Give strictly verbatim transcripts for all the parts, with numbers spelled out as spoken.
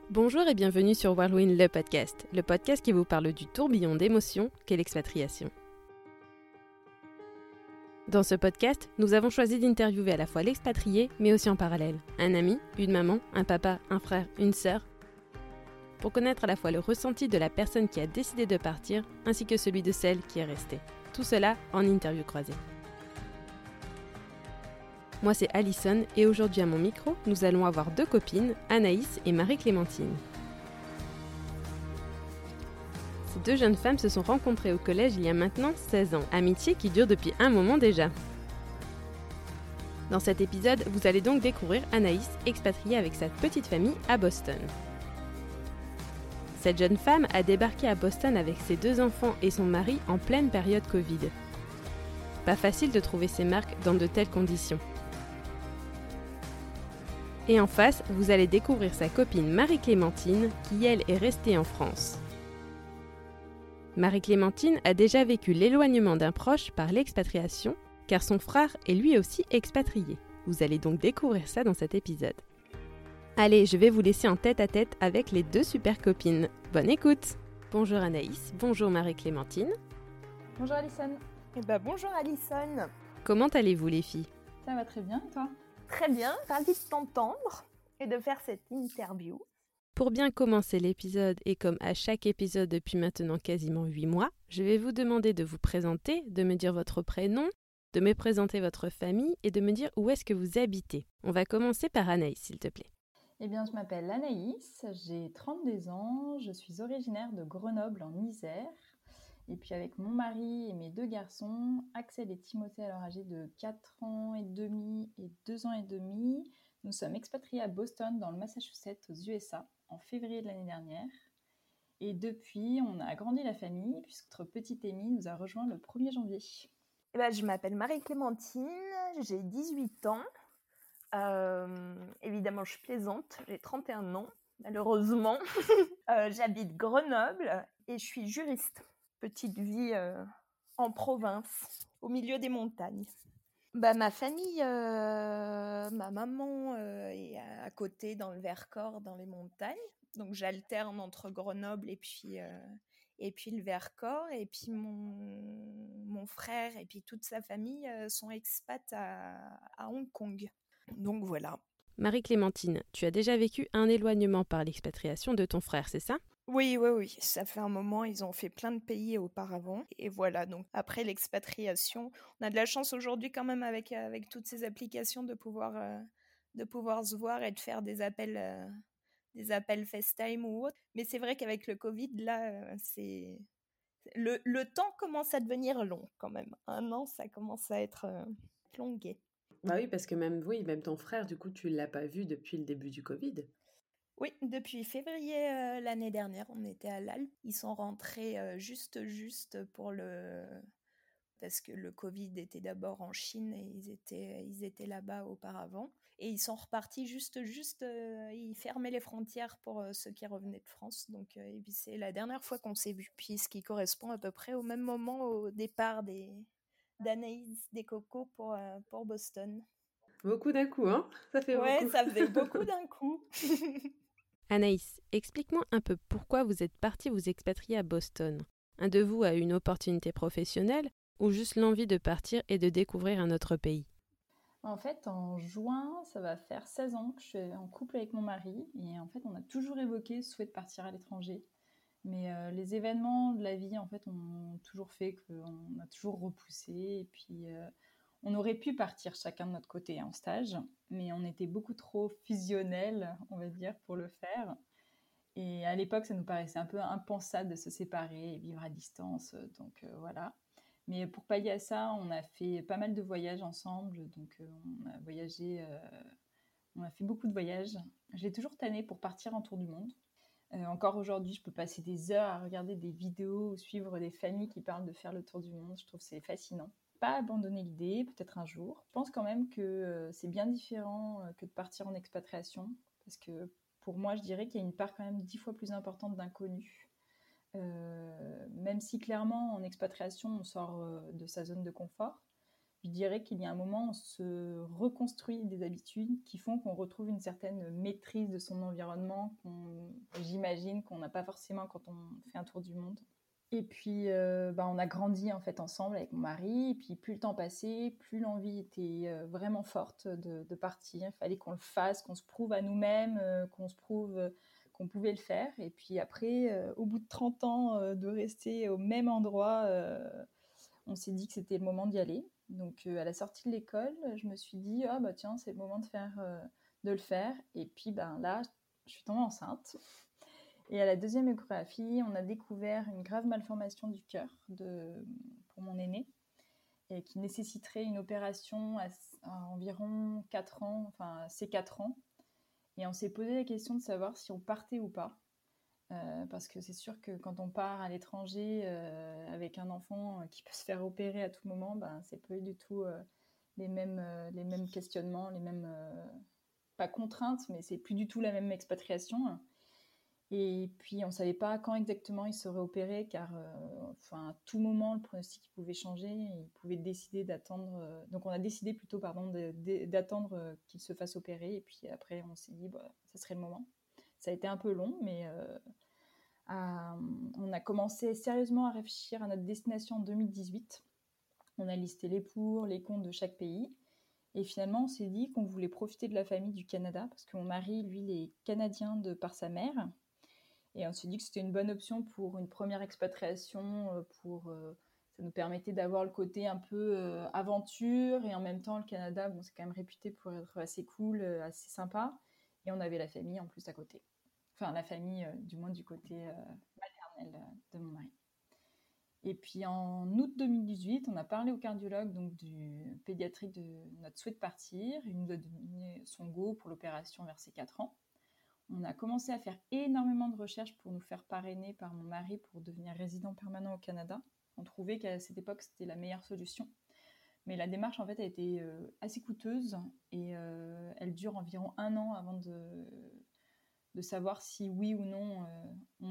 Bonjour et bienvenue sur Whirlwind, le podcast, le podcast qui vous parle du tourbillon d'émotions qu'est l'expatriation. Dans ce podcast, nous avons choisi d'interviewer à la fois l'expatrié, mais aussi en parallèle, un ami, une maman, un papa, un frère, une sœur, pour connaître à la fois le ressenti de la personne qui a décidé de partir, ainsi que celui de celle qui est restée. Tout cela en interview croisée. Moi c'est Alison et aujourd'hui à mon micro, nous allons avoir deux copines, Anaïs et Marie-Clémentine. Ces deux jeunes femmes se sont rencontrées au collège il y a maintenant seize ans, amitié qui dure depuis un moment déjà. Dans cet épisode, vous allez donc découvrir Anaïs, expatriée avec sa petite famille à Boston. Cette jeune femme a débarqué à Boston avec ses deux enfants et son mari en pleine période Covid. Pas facile de trouver ses marques dans de telles conditions. Et en face, vous allez découvrir sa copine Marie-Clémentine, qui elle est restée en France. Marie-Clémentine a déjà vécu l'éloignement d'un proche par l'expatriation, car son frère est lui aussi expatrié. Vous allez donc découvrir ça dans cet épisode. Allez, je vais vous laisser en tête-à-tête avec les deux super copines. Bonne écoute! Bonjour Anaïs, bonjour Marie-Clémentine. Bonjour Alison. Eh ben, bonjour Alison. Comment allez-vous les filles? Ça va très bien, et toi? Très bien, ravie de t'entendre et de faire cette interview. Pour bien commencer l'épisode, et comme à chaque épisode depuis maintenant quasiment huit mois, je vais vous demander de vous présenter, de me dire votre prénom, de me présenter votre famille et de me dire où est-ce que vous habitez. On va commencer par Anaïs, s'il te plaît. Eh bien, je m'appelle Anaïs, j'ai trente-deux ans, je suis originaire de Grenoble en Isère. Et puis avec mon mari et mes deux garçons, Axel et Timothée, alors âgés de quatre ans et demi et deux ans et demi, nous sommes expatriés à Boston dans le Massachusetts aux U S A en février de l'année dernière. Et depuis, on a agrandi la famille puisque notre petite Amy nous a rejoint le premier janvier. Eh ben, je m'appelle Marie-Clémentine, j'ai dix-huit ans. Euh, évidemment, je plaisante, j'ai trente et un ans, malheureusement. euh, j'habite Grenoble et je suis juriste. Petite vie euh, en province, au milieu des montagnes. Bah, ma famille, euh, ma maman euh, est à côté dans le Vercors, dans les montagnes. Donc j'alterne entre Grenoble et puis, euh, et puis le Vercors. Et puis mon, mon frère et puis toute sa famille euh, sont expats à, à Hong Kong. Donc voilà. Marie-Clémentine, tu as déjà vécu un éloignement par l'expatriation de ton frère, c'est ça? Oui, oui, oui, ça fait un moment, ils ont fait plein de pays auparavant. Et voilà, donc après l'expatriation, on a de la chance aujourd'hui quand même avec, avec toutes ces applications de pouvoir, euh, de pouvoir se voir et de faire des appels, euh, des appels FaceTime ou autre. Mais c'est vrai qu'avec le Covid, là, euh, c'est... Le, le temps commence à devenir long quand même. Un an, ça commence à être euh, longué. Bah oui, parce que même, oui, même ton frère, du coup, tu ne l'as pas vu depuis le début du Covid. Oui, depuis février euh, l'année dernière, on était à l'Alpe. Ils sont rentrés euh, juste, juste pour le... Parce que le Covid était d'abord en Chine et ils étaient, ils étaient là-bas auparavant. Et ils sont repartis juste, juste... Euh, ils fermaient les frontières pour euh, ceux qui revenaient de France. Donc euh, et puis c'est la dernière fois qu'on s'est vus. Puis ce qui correspond à peu près au même moment au départ des, d'Anaïs des Cocos pour, euh, pour Boston. Beaucoup d'un coup, hein? Ça fait Ouais, beaucoup. ça faisait beaucoup d'un coup. Anaïs, explique-moi un peu pourquoi vous êtes partie vous expatrier à Boston. Un de vous a une opportunité professionnelle ou juste l'envie de partir et de découvrir un autre pays? En fait, en juin, ça va faire seize ans que je suis en couple avec mon mari. Et en fait, on a toujours évoqué le souhait de partir à l'étranger. Mais euh, les événements de la vie, en fait, ont toujours fait qu'on a toujours repoussé. Et puis, euh, on aurait pu partir chacun de notre côté en stage, mais on était beaucoup trop fusionnels, on va dire, pour le faire. Et à l'époque, ça nous paraissait un peu impensable de se séparer et vivre à distance. Donc euh, voilà. Mais pour pallier à ça, on a fait pas mal de voyages ensemble. Donc euh, on a voyagé, euh, on a fait beaucoup de voyages. J'ai toujours tanné pour partir en tour du monde. Euh, encore aujourd'hui, je peux passer des heures à regarder des vidéos ou suivre des familles qui parlent de faire le tour du monde. Je trouve que c'est fascinant. Pas abandonner l'idée, peut-être un jour. Je pense quand même que euh, c'est bien différent euh, que de partir en expatriation. Parce que pour moi, je dirais qu'il y a une part quand même dix fois plus importante d'inconnu. Euh, même si clairement, en expatriation, on sort euh, de sa zone de confort. Je dirais qu'il y a un moment où on se reconstruit des habitudes qui font qu'on retrouve une certaine maîtrise de son environnement, qu'on, j'imagine qu'on n'a pas forcément quand on fait un tour du monde. Et puis, euh, bah, on a grandi en fait ensemble avec mon mari. Et puis, plus le temps passait, plus l'envie était euh, vraiment forte de, de partir. Il fallait qu'on le fasse, qu'on se prouve à nous-mêmes, euh, qu'on se prouve euh, qu'on pouvait le faire. Et puis après, euh, au bout de trente ans euh, de rester au même endroit, euh, on s'est dit que c'était le moment d'y aller. Donc, euh, à la sortie de l'école, je me suis dit, ah bah tiens, c'est le moment de faire, euh, de le faire. Et puis, ben là, je suis tombée enceinte. Et à la deuxième échographie, on a découvert une grave malformation du cœur de, pour mon aîné, et qui nécessiterait une opération à, à environ quatre ans, enfin c'est quatre ans. Et on s'est posé la question de savoir si on partait ou pas. Euh, parce que c'est sûr que quand on part à l'étranger euh, avec un enfant qui peut se faire opérer à tout moment, ben, c'est pas du tout euh, les, mêmes, euh, les mêmes questionnements, les mêmes, euh, pas contraintes, mais c'est plus du tout la même expatriation. Et puis, on ne savait pas quand exactement il serait opéré, car euh, enfin, à tout moment, le pronostic pouvait changer. Il pouvait décider d'attendre. Euh, donc, on a décidé plutôt pardon, de, de, d'attendre euh, qu'il se fasse opérer. Et puis après, on s'est dit, bah, ça serait le moment. Ça a été un peu long, mais euh, à, on a commencé sérieusement à réfléchir à notre destination en deux mille dix-huit. On a listé les pour, les contre de chaque pays. Et finalement, on s'est dit qu'on voulait profiter de la famille du Canada, parce que mon mari, lui, il est canadien de par sa mère. Et on s'est dit que c'était une bonne option pour une première expatriation, pour, euh, ça nous permettait d'avoir le côté un peu euh, aventure, et en même temps, le Canada, bon, c'est quand même réputé pour être assez cool, euh, assez sympa, et on avait la famille en plus à côté. Enfin, la famille, euh, du moins du côté euh, maternel euh, de mon mari. Et puis en août deux mille dix-huit, on a parlé au cardiologue, donc du pédiatrique, de notre souhait de partir. Il nous a donné son go pour l'opération vers ses quatre ans. On a commencé à faire énormément de recherches pour nous faire parrainer par mon mari pour devenir résident permanent au Canada. On trouvait qu'à cette époque, c'était la meilleure solution. Mais la démarche, en fait, a été euh, assez coûteuse et euh, elle dure environ un an avant de, de savoir si oui ou non euh,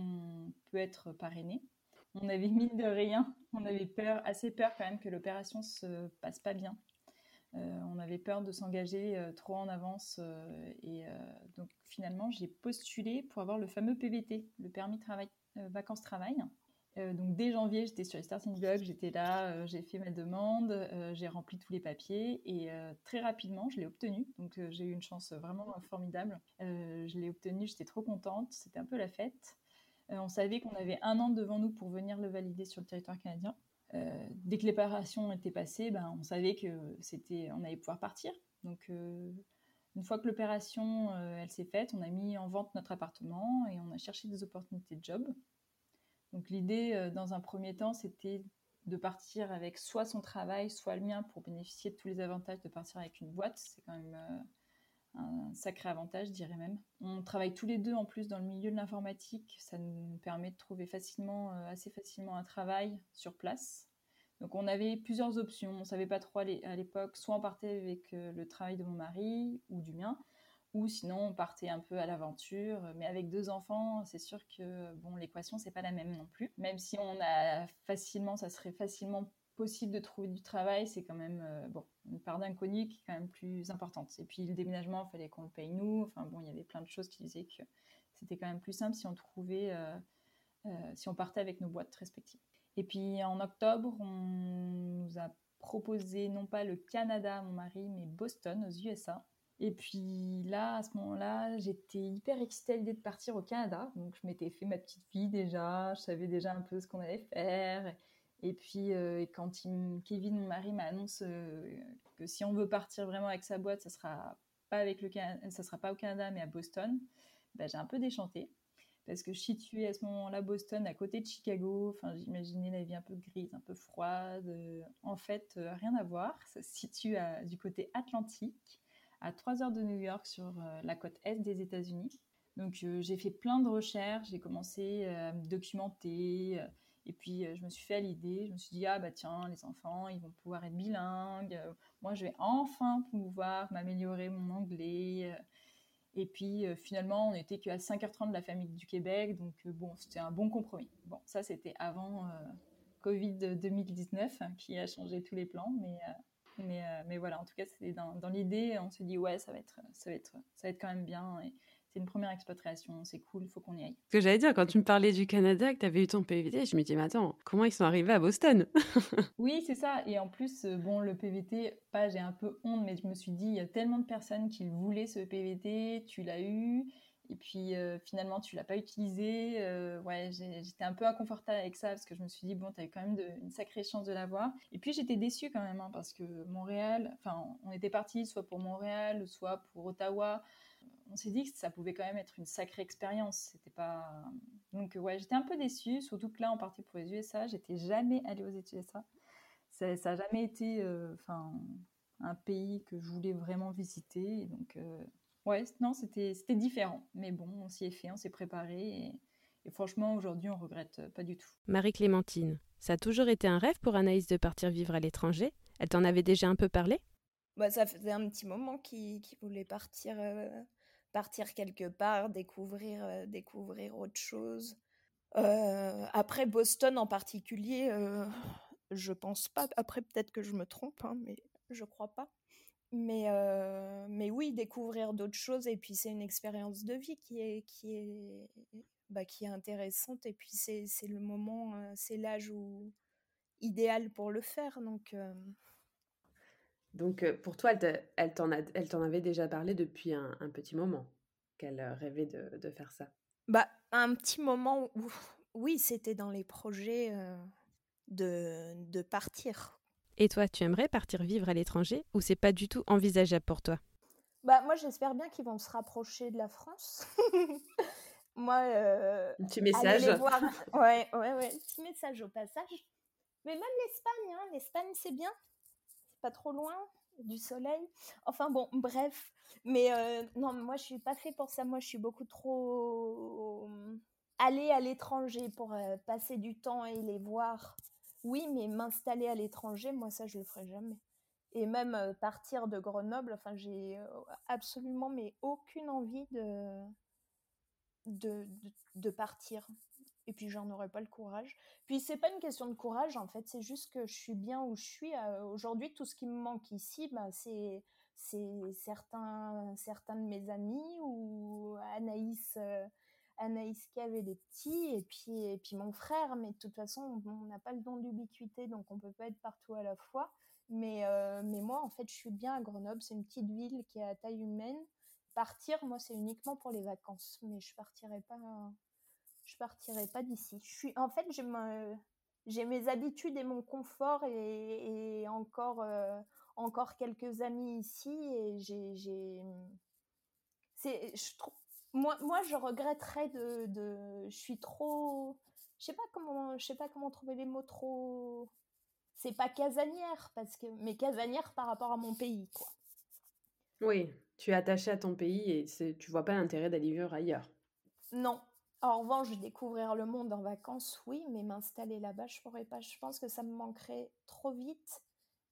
on peut être parrainé. On avait mine de rien, on avait peur, assez peur quand même que l'opération se passe pas bien. Euh, on avait peur de s'engager euh, trop en avance euh, et euh, donc finalement j'ai postulé pour avoir le fameux P V T, le permis travail, euh, vacances-travail. Euh, donc dès janvier j'étais sur les starting blocks, j'étais là, euh, j'ai fait ma demande, euh, j'ai rempli tous les papiers et euh, très rapidement je l'ai obtenu. Donc euh, j'ai eu une chance vraiment formidable. Euh, je l'ai obtenu, j'étais trop contente, c'était un peu la fête. Euh, on savait qu'on avait un an devant nous pour venir le valider sur le territoire canadien. Euh, dès que l'opération était passée, ben, on savait que c'était, on allait pouvoir partir. Donc, euh, une fois que l'opération euh, elle s'est faite, on a mis en vente notre appartement et on a cherché des opportunités de job. Donc, l'idée, euh, dans un premier temps, c'était de partir avec soit son travail, soit le mien pour bénéficier de tous les avantages de partir avec une boîte. C'est quand même euh, un sacré avantage, je dirais même. On travaille tous les deux en plus dans le milieu de l'informatique. Ça nous permet de trouver facilement, euh, assez facilement un travail sur place. Donc on avait plusieurs options. On ne savait pas trop à l'époque. Soit on partait avec euh, le travail de mon mari ou du mien, ou sinon on partait un peu à l'aventure. Mais avec deux enfants, c'est sûr que bon, l'équation, c'est pas la même non plus. Même si on a facilement, ça serait facilement possible de trouver du travail, c'est quand même euh, bon, une part d'inconnu qui est quand même plus importante. Et puis le déménagement, il fallait qu'on le paye nous. Enfin bon, il y avait plein de choses qui disaient que c'était quand même plus simple si on trouvait, euh, euh, si on partait avec nos boîtes respectives. Et puis en octobre, on nous a proposé non pas le Canada, mon mari, mais Boston, aux U S A. Et puis là, à ce moment-là, j'étais hyper excitée à l'idée de partir au Canada. Donc je m'étais fait ma petite vie déjà, je savais déjà un peu ce qu'on allait faire. Et puis, euh, quand il, Kevin, mon mari, m'annonce euh, que si on veut partir vraiment avec sa boîte, ça sera pas avec le Can- ça sera pas au Canada, mais à Boston, ben, j'ai un peu déchanté. Parce que je situais à ce moment-là Boston à côté de Chicago. Enfin, j'imaginais la vie un peu grise, un peu froide. En fait, euh, rien à voir. Ça se situe à, du côté atlantique, à trois heures de New York, sur euh, la côte est des États-Unis. Donc, euh, j'ai fait plein de recherches. J'ai commencé euh, à me documenter. Euh, Et puis, euh, je me suis fait à l'idée, je me suis dit, ah bah tiens, les enfants, ils vont pouvoir être bilingues. Euh, moi, je vais enfin pouvoir m'améliorer mon anglais. Euh, et puis, euh, finalement, on n'était qu'à cinq heures trente de la famille du Québec. Donc, euh, bon, c'était un bon compromis. Bon, ça, c'était avant euh, covid deux mille dix-neuf, hein, qui a changé tous les plans. Mais, euh, Mais, euh, mais voilà, en tout cas, c'est dans, dans l'idée, on s'est dit, ouais, ça va être, ça va être, ça va être quand même bien. Et c'est une première expatriation, c'est cool, il faut qu'on y aille. Ce que j'allais dire, quand tu me parlais du Canada, que tu avais eu ton P V T, je me dis, mais attends, comment ils sont arrivés à Boston? Oui, c'est ça. Et en plus, euh, bon, le P V T, pas, j'ai un peu honte, mais je me suis dit, il y a tellement de personnes qui le voulaient, ce P V T, tu l'as eu, et puis euh, finalement, tu l'as pas utilisé. Euh, ouais, j'ai- j'étais un peu inconfortable avec ça, parce que je me suis dit, bon, tu avais quand même de- une sacrée chance de l'avoir. Et puis, j'étais déçue quand même, hein, parce que Montréal, enfin, on était partis soit pour Montréal, soit pour Ottawa. On s'est dit que ça pouvait quand même être une sacrée expérience. C'était pas... Donc, ouais, j'étais un peu déçue, surtout que là, on partait pour les U S A. J'étais jamais allée aux U S A. Ça n'a jamais été euh, un pays que je voulais vraiment visiter. Donc, euh, ouais, non, c'était c'était différent. Mais bon, on s'y est fait, on s'est préparé. Et, et franchement, aujourd'hui, on regrette pas du tout. Marie-Clémentine, ça a toujours été un rêve pour Anaïs de partir vivre à l'étranger? Elle t'en avait déjà un peu parlé? Bah, ça faisait un petit moment qu'il qu'il voulait partir, euh, partir quelque part, découvrir, euh, découvrir autre chose. Euh, après Boston en particulier, euh, je pense pas. Après, peut-être que je me trompe, hein, mais je crois pas. Mais, euh, mais oui, découvrir d'autres choses. Et puis, c'est une expérience de vie qui est, qui est, bah, qui est intéressante. Et puis, c'est, c'est le moment, euh, c'est l'âge où, idéal pour le faire. Donc, euh, Donc, euh, pour toi, elle, te- elle t'en a- elle t'en avait déjà parlé depuis un, un petit moment, qu'elle euh, rêvait de, de faire ça. bah, un petit moment où, oui, c'était dans les projets euh, de, de partir. Et toi, tu aimerais partir vivre à l'étranger ou c'est pas du tout envisageable pour toi? Bah, moi, j'espère bien qu'ils vont se rapprocher de la France. Moi, euh, Un petit aller message. les voir. Ouais, ouais, ouais. Petit message au passage. Mais même l'Espagne, hein. L'Espagne, c'est bien. C'est pas trop loin du soleil. Enfin bon, bref. Mais euh, non, moi, je suis pas fait pour ça. Moi, je suis beaucoup trop aller à l'étranger pour euh, passer du temps et les voir. Oui, mais m'installer à l'étranger, moi, ça, je le ferai jamais. Et même euh, partir de Grenoble, enfin, j'ai euh, absolument mais aucune envie de, de, de, de partir. Et puis, j'en aurais pas le courage. Puis, c'est pas une question de courage, en fait. C'est juste que je suis bien où je suis. Euh, aujourd'hui, tout ce qui me manque ici, bah, c'est, c'est certains, certains de mes amis ou Anaïs, euh, Anaïs qui avait les petits et puis, et puis mon frère. Mais de toute façon, on n'a pas le don d'ubiquité, donc on peut pas être partout à la fois. Mais, euh, mais moi, en fait, je suis bien à Grenoble. C'est une petite ville qui est à taille humaine. Partir, moi, c'est uniquement pour les vacances. Mais je partirai pas... Je partirai pas d'ici. Je suis, en fait, j'ai, ma, j'ai mes habitudes et mon confort et, et encore, euh, encore quelques amis ici et j'ai, j'ai, c'est, je trouve, moi, moi, je regretterais de, de, je suis trop, je sais pas comment, je sais pas comment trouver les mots trop. C'est pas casanière parce que, mais casanière par rapport à mon pays, quoi. Oui, tu es attaché à ton pays et c'est, tu vois pas l'intérêt d'aller vivre ailleurs. Non. En revanche, découvrir le monde en vacances, oui, mais m'installer là-bas, je pourrais pas. Je pense que ça me manquerait trop vite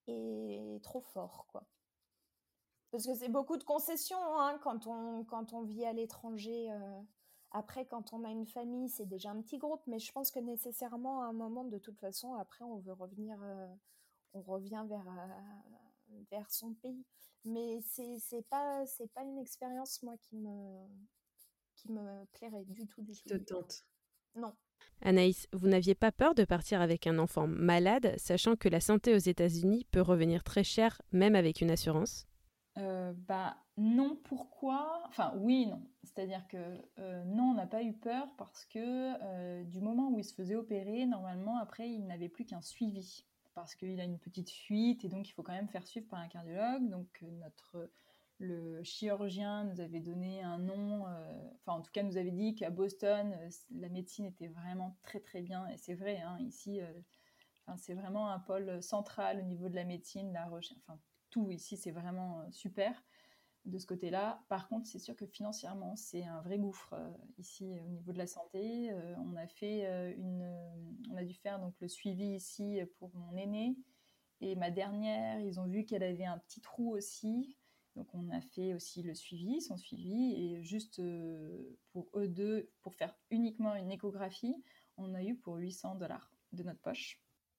et trop fort, quoi. Parce que c'est beaucoup de concessions, hein, quand on, quand on vit à l'étranger. Euh, après, quand on a une famille, c'est déjà un petit groupe, mais je pense que nécessairement, à un moment, de toute façon, après, on veut revenir, euh, on revient vers, euh, vers son pays. Mais c'est, c'est pas, c'est pas une expérience, moi, qui me, qui me plairait du tout, du Qui tout, te du tout. tente. Non. Anaïs, vous n'aviez pas peur de partir avec un enfant malade, sachant que la santé aux États-Unis peut revenir très cher, même avec une assurance? Euh, bah non, pourquoi? Enfin oui, non. C'est-à-dire que euh, non, on n'a pas eu peur parce que euh, du moment où il se faisait opérer, normalement après il n'avait plus qu'un suivi parce qu'il a une petite fuite et donc il faut quand même faire suivre par un cardiologue. Donc euh, notre le chirurgien nous avait donné un nom, euh, enfin en tout cas nous avait dit qu'à Boston euh, la médecine était vraiment très très bien et c'est vrai. Hein, ici, euh, enfin, c'est vraiment un pôle central au niveau de la médecine, la recherche. Enfin, tout ici, c'est vraiment euh, super de ce côté-là. Par contre, c'est sûr que financièrement, c'est un vrai gouffre euh, ici au niveau de la santé. Euh, on a fait euh, une, euh, on a dû faire donc le suivi ici pour mon aîné et ma dernière. Ils ont vu qu'elle avait un petit trou aussi, donc on a fait aussi le suivi, son suivi et juste euh, pour eux deux, pour faire uniquement une échographie, on a eu pour huit cents dollars de notre poche.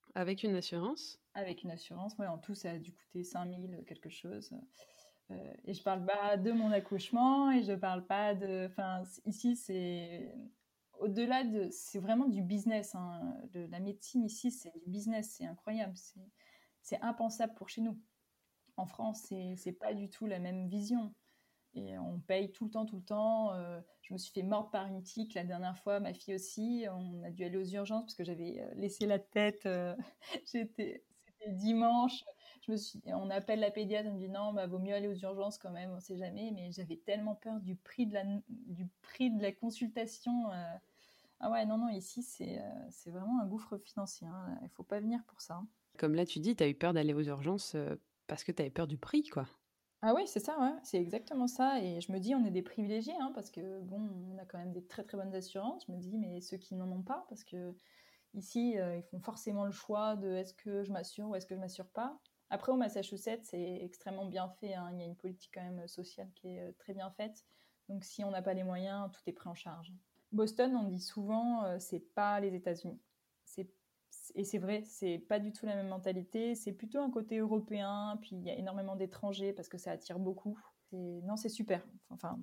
Avec une assurance? Avec une assurance, ouais, en tout, ça a dû coûter cinq mille quelque chose. Euh, et je parle pas de mon accouchement et je parle pas de... Enfin, ici, c'est... Au-delà de... C'est vraiment du business. Hein. De la médecine, ici, c'est du business. C'est incroyable. C'est, c'est impensable pour chez nous. En France, c'est, c'est pas du tout la même vision. Et on paye tout le temps, tout le temps. Euh, je me suis fait mordre par une tique la dernière fois, ma fille aussi. On a dû aller aux urgences parce que j'avais laissé la tête. Euh, j'étais, c'était dimanche. Je me suis, on appelle la pédiatre, elle me dit non, bah, vaut mieux aller aux urgences quand même, on sait jamais. Mais j'avais tellement peur du prix de la, du prix de la consultation. Euh, ah ouais, non, non, ici, c'est, euh, c'est vraiment un gouffre financier. Hein. Il ne faut pas venir pour ça. Comme là, tu dis, tu as eu peur d'aller aux urgences euh, parce que tu avais peur du prix, quoi. Ah oui, c'est ça, ouais. C'est exactement ça. Et je me dis, on est des privilégiés, hein, parce que bon, on a quand même des très très bonnes assurances. Je me dis, mais ceux qui n'en ont pas, parce que ici, euh, ils font forcément le choix de est-ce que je m'assure ou est-ce que je m'assure pas. Après, au Massachusetts, c'est extrêmement bien fait. Hein. Il y a une politique quand même sociale qui est euh, très bien faite. Donc, si on n'a pas les moyens, tout est pris en charge. Boston, on dit souvent, euh, c'est pas les États-Unis. C'est Et c'est vrai, c'est pas du tout la même mentalité. C'est plutôt un côté européen. Puis il y a énormément d'étrangers parce que ça attire beaucoup. C'est... Non, c'est super. Enfin.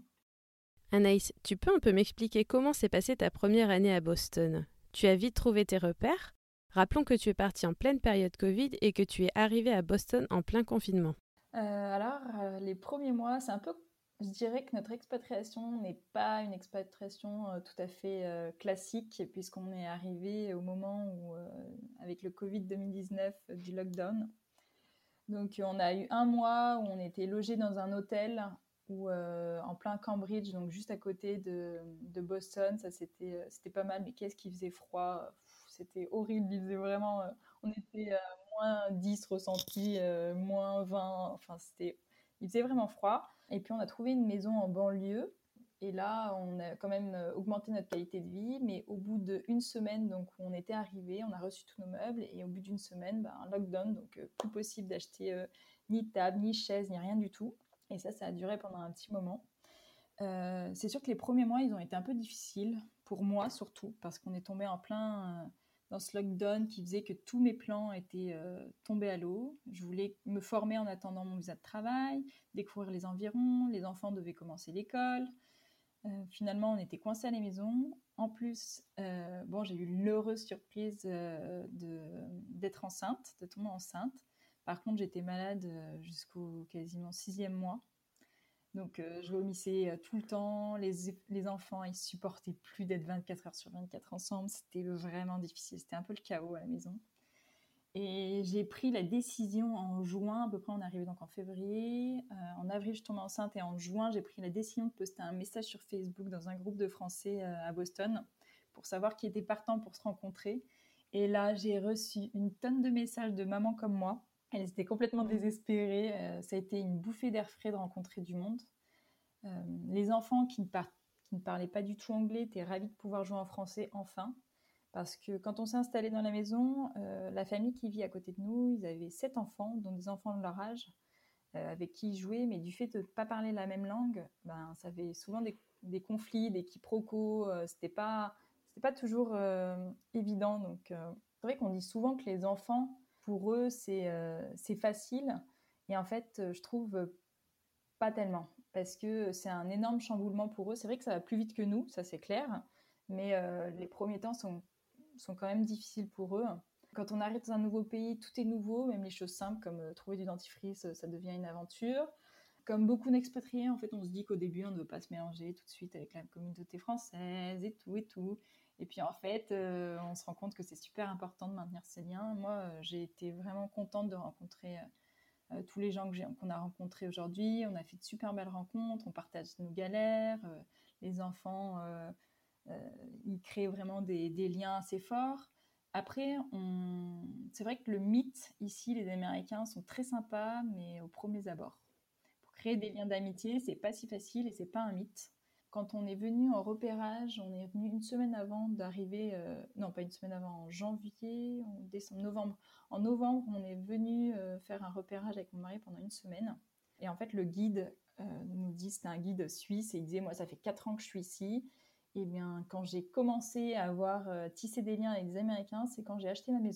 Anaïs, tu peux un peu m'expliquer comment s'est passée ta première année à Boston? Tu as vite trouvé tes repères? Rappelons que tu es partie en pleine période Covid et que tu es arrivée à Boston en plein confinement. Euh, alors, euh, les premiers mois, c'est un peu... Je dirais que notre expatriation n'est pas une expatriation euh, tout à fait euh, classique, puisqu'on est arrivé au moment où, euh, avec le Covid deux mille dix-neuf, euh, du lockdown. Donc, on a eu un mois où on était logé dans un hôtel où, euh, en plein Cambridge, donc juste à côté de, de Boston. Ça, c'était, euh, c'était pas mal, mais qu'est-ce qu'il faisait froid. Pff, c'était horrible. Il faisait vraiment... euh, on était à moins dix ressenti, euh, moins vingt. Enfin, c'était... Il faisait vraiment froid. Et puis, on a trouvé une maison en banlieue. Et là, on a quand même augmenté notre qualité de vie. Mais au bout d'une semaine, donc, on était arrivé, on a reçu tous nos meubles. Et au bout d'une semaine, bah, un lockdown. Donc, euh, plus possible d'acheter euh, ni table, ni chaise, ni rien du tout. Et ça, ça a duré pendant un petit moment. Euh, c'est sûr que les premiers mois, ils ont été un peu difficiles, pour moi surtout, parce qu'on est tombé en plein euh, dans ce lockdown qui faisait que tous mes plans étaient euh, tombés à l'eau. Je voulais me former en attendant mon visa de travail, découvrir les environs, les enfants devaient commencer l'école. Euh, finalement, on était coincés à la maison. En plus, euh, bon, j'ai eu l'heureuse surprise euh, de, d'être enceinte, de tomber enceinte. Par contre, j'étais malade euh, jusqu'au quasiment sixième mois. Donc, euh, je vomissais euh, tout le temps. Les, les enfants, ils supportaient plus d'être vingt-quatre heures sur vingt-quatre ensemble. C'était vraiment difficile. C'était un peu le chaos à la maison. Et j'ai pris la décision en juin, à peu près on est arrivé donc en février. Euh, en avril, je tombais enceinte et en juin, j'ai pris la décision de poster un message sur Facebook dans un groupe de Français euh, à Boston pour savoir qui était partant pour se rencontrer. Et là, j'ai reçu une tonne de messages de mamans comme moi. Elles étaient complètement désespérées. Euh, ça a été une bouffée d'air frais de rencontrer du monde. Euh, les enfants qui ne, par- qui ne parlaient pas du tout anglais étaient ravis de pouvoir jouer en français enfin. Parce que quand on s'est installé dans la maison, euh, la famille qui vit à côté de nous, ils avaient sept enfants, dont des enfants de leur âge, euh, avec qui ils jouaient, mais du fait de ne pas parler la même langue, ben, ça avait souvent des, des conflits, des quiproquos, euh, c'était pas, c'était pas toujours euh, évident. Donc, euh, c'est vrai qu'on dit souvent que les enfants, pour eux, c'est, euh, c'est facile, et en fait, je trouve pas tellement, parce que c'est un énorme chamboulement pour eux. C'est vrai que ça va plus vite que nous, ça c'est clair, mais euh, les premiers temps sont sont quand même difficiles pour eux. Quand on arrive dans un nouveau pays, tout est nouveau, même les choses simples comme euh, trouver du dentifrice, ça devient une aventure. Comme beaucoup d'expatriés, en fait, on se dit qu'au début, on ne veut pas se mélanger tout de suite avec la communauté française et tout et tout. Et puis en fait, euh, on se rend compte que c'est super important de maintenir ces liens. Moi, euh, j'ai été vraiment contente de rencontrer euh, tous les gens que j'ai, qu'on a rencontrés aujourd'hui. On a fait de super belles rencontres, on partage nos galères. Euh, les enfants... Euh, Euh, il crée vraiment des, des liens assez forts. Après, on... c'est vrai que le mythe, ici, les Américains sont très sympas, mais aux premiers abords. Pour créer des liens d'amitié, c'est pas si facile et c'est pas un mythe. Quand on est venu en repérage, on est venu une semaine avant d'arriver, euh, non pas une semaine avant, en janvier, en décembre, novembre. En novembre, on est venu euh, faire un repérage avec mon mari pendant une semaine. Et en fait, le guide euh, nous dit, c'était un guide suisse, et il disait, moi, ça fait quatre ans que je suis ici. Et bien, quand j'ai commencé à avoir euh, tissé des liens avec des Américains, c'est quand j'ai acheté ma maison.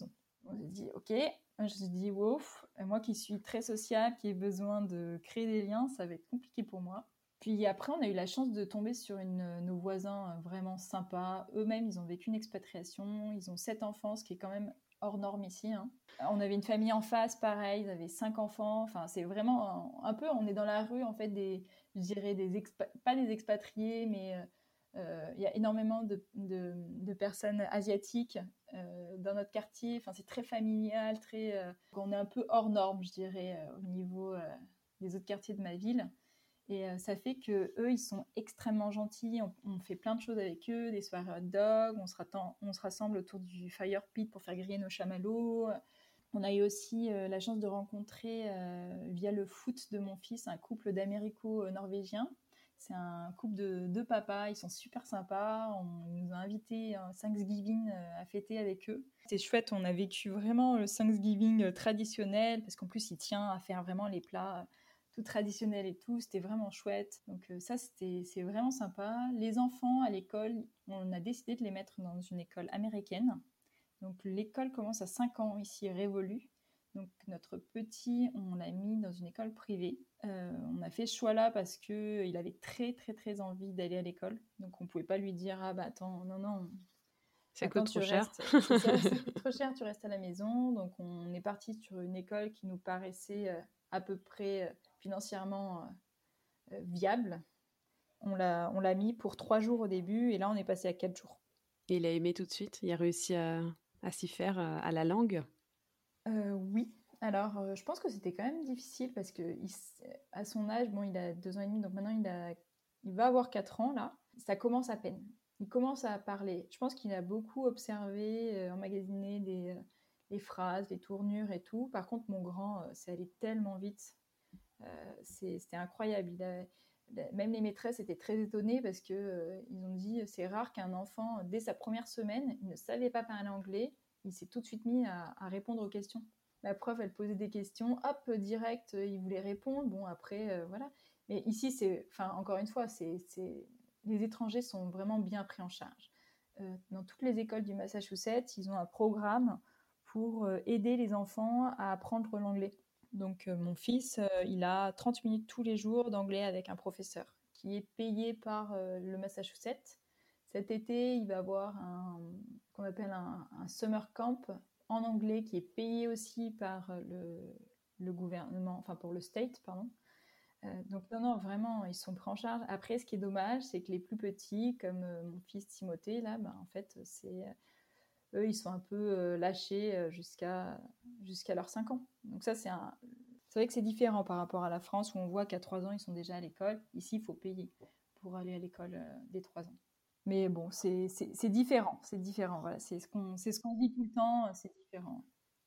On s'est dit, ok. Je me suis dit, wow, moi qui suis très sociable, qui ai besoin de créer des liens, ça va être compliqué pour moi. Puis après, on a eu la chance de tomber sur une, nos voisins vraiment sympas. Eux-mêmes, ils ont vécu une expatriation. Ils ont sept enfants, ce qui est quand même hors norme ici. Hein. On avait une famille en face, pareil. Ils avaient cinq enfants. Enfin, c'est vraiment un, un peu, on est dans la rue, en fait, des, je dirais, des expa- pas des expatriés, mais il euh, y a énormément de, de, de personnes asiatiques euh, dans notre quartier. Enfin, c'est très familial, très, euh, on est un peu hors norme, je dirais, euh, au niveau euh, des autres quartiers de ma ville. Et euh, ça fait que eux, ils sont extrêmement gentils. On, on fait plein de choses avec eux, des soirées hot dog. On se, rattend, on se rassemble autour du fire pit pour faire griller nos chamallows. On a eu aussi euh, la chance de rencontrer, euh, via le foot de mon fils, un couple d'Américo-norvégiens. C'est un couple de deux papas. Ils sont super sympas. On nous a invités à Thanksgiving à fêter avec eux. C'était chouette. On a vécu vraiment le Thanksgiving traditionnel parce qu'en plus, il tient à faire vraiment les plats tout traditionnel et tout, c'était vraiment chouette. Donc euh, ça, c'était, c'est vraiment sympa. Les enfants à l'école, on a décidé de les mettre dans une école américaine. Donc l'école commence à cinq ans ici, Révolu. Donc notre petit, on l'a mis dans une école privée. Euh, on a fait ce choix-là parce qu'il avait très très très envie d'aller à l'école. Donc on ne pouvait pas lui dire, ah bah attends, non, non. Ça coûte trop cher. Restes, c'est ça, ça coûte trop cher, tu restes à la maison. Donc on est parti sur une école qui nous paraissait euh, à peu près... Euh, financièrement euh, viable. On l'a, on l'a mis pour trois jours au début et là, on est passé à quatre jours. Et il a aimé tout de suite? Il a réussi à, à s'y faire à, à la langue? euh, Oui. Alors, euh, je pense que c'était quand même difficile parce que il, à son âge, bon, il a deux ans et demi, donc maintenant, il, a, il va avoir quatre ans, là. Ça commence à peine. Il commence à parler. Je pense qu'il a beaucoup observé, euh, emmagasiné des, euh, les phrases, les tournures et tout. Par contre, mon grand, euh, c'est allé tellement vite. Euh, c'est, c'était incroyable. Il a, même les maîtresses étaient très étonnées parce qu'ils euh, ont dit c'est rare qu'un enfant, dès sa première semaine, il ne savait pas parler anglais, il s'est tout de suite mis à, à répondre aux questions. La prof, elle posait des questions, hop, direct, il voulait répondre. Bon, après, euh, voilà. Mais ici, c'est, enfin, encore une fois, c'est, c'est, les étrangers sont vraiment bien pris en charge. Euh, dans toutes les écoles du Massachusetts, ils ont un programme pour euh, aider les enfants à apprendre l'anglais. Donc euh, mon fils, euh, il a trente minutes tous les jours d'anglais avec un professeur qui est payé par euh, le Massachusetts. Cet été, il va avoir un qu'on appelle un, un summer camp en anglais qui est payé aussi par le, le gouvernement, enfin pour le state, pardon. Euh, donc non, non, vraiment, ils sont pris en charge. Après, ce qui est dommage, c'est que les plus petits, comme euh, mon fils Timothée, là, bah, en fait, c'est... eux, ils sont un peu euh, lâchés jusqu'à, jusqu'à leurs cinq ans. Donc ça, c'est un... C'est vrai que c'est différent par rapport à la France où on voit qu'à trois ans, ils sont déjà à l'école. Ici, il faut payer pour aller à l'école euh, dès trois ans. Mais bon, c'est, c'est, c'est différent. C'est différent. Voilà. C'est, ce qu'on, c'est ce qu'on dit tout le temps. C'est différent.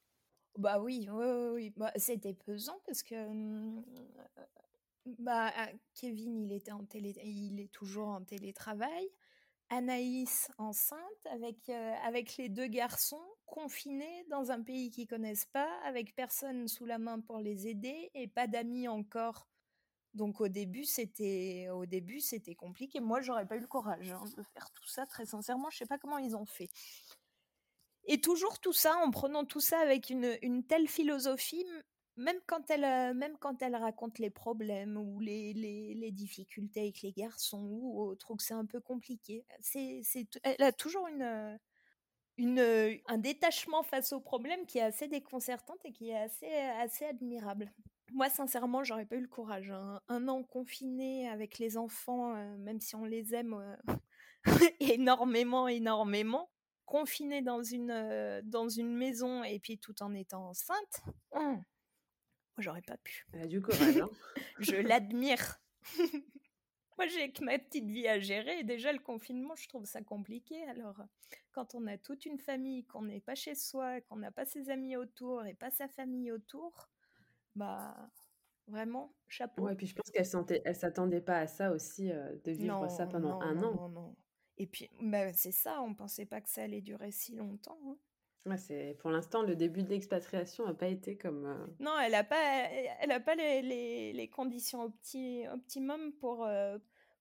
Bah oui, oui, oui. oui. Bah, c'était pesant parce que bah, Kevin, il, était en télé... il est toujours en télétravail. Anaïs enceinte avec, euh, avec les deux garçons confinés dans un pays qu'ils connaissent pas, avec personne sous la main pour les aider et pas d'amis encore. Donc au début c'était au début c'était compliqué. Moi j'aurais pas eu le courage hein, de faire tout ça, très sincèrement. Je sais pas comment ils ont fait. Et toujours tout ça en prenant tout ça avec une, une telle philosophie. Même quand, elle, même quand elle raconte les problèmes ou les, les, les difficultés avec les garçons ou autre, ou que c'est un peu compliqué, c'est, c'est, elle a toujours une, une, un détachement face aux problèmes qui est assez déconcertant et qui est assez, assez admirable. Moi, sincèrement, j'aurais pas eu le courage. Hein. Un an confiné avec les enfants, euh, même si on les aime euh, énormément, énormément, confiné dans une, euh, dans une maison et puis tout en étant enceinte... Hum. Moi, j'aurais pas pu. Elle a du courage, hein. Je l'admire. Moi, j'ai que ma petite vie à gérer. Et déjà, le confinement, je trouve ça compliqué. Alors, quand on a toute une famille, qu'on n'est pas chez soi, qu'on n'a pas ses amis autour et pas sa famille autour, bah, vraiment, chapeau. Ouais, puis je pense qu'elle sentait, elle s'attendait pas à ça aussi, euh, de vivre non, ça pendant non, un non, an. non, non. Et puis, bah, c'est ça, on pensait pas que ça allait durer si longtemps. Hein. Ouais, c'est, pour l'instant, le début de l'expatriation n'a pas été comme... Euh... Non, elle n'a pas, elle a pas les, les, les conditions opti, optimum pour, euh,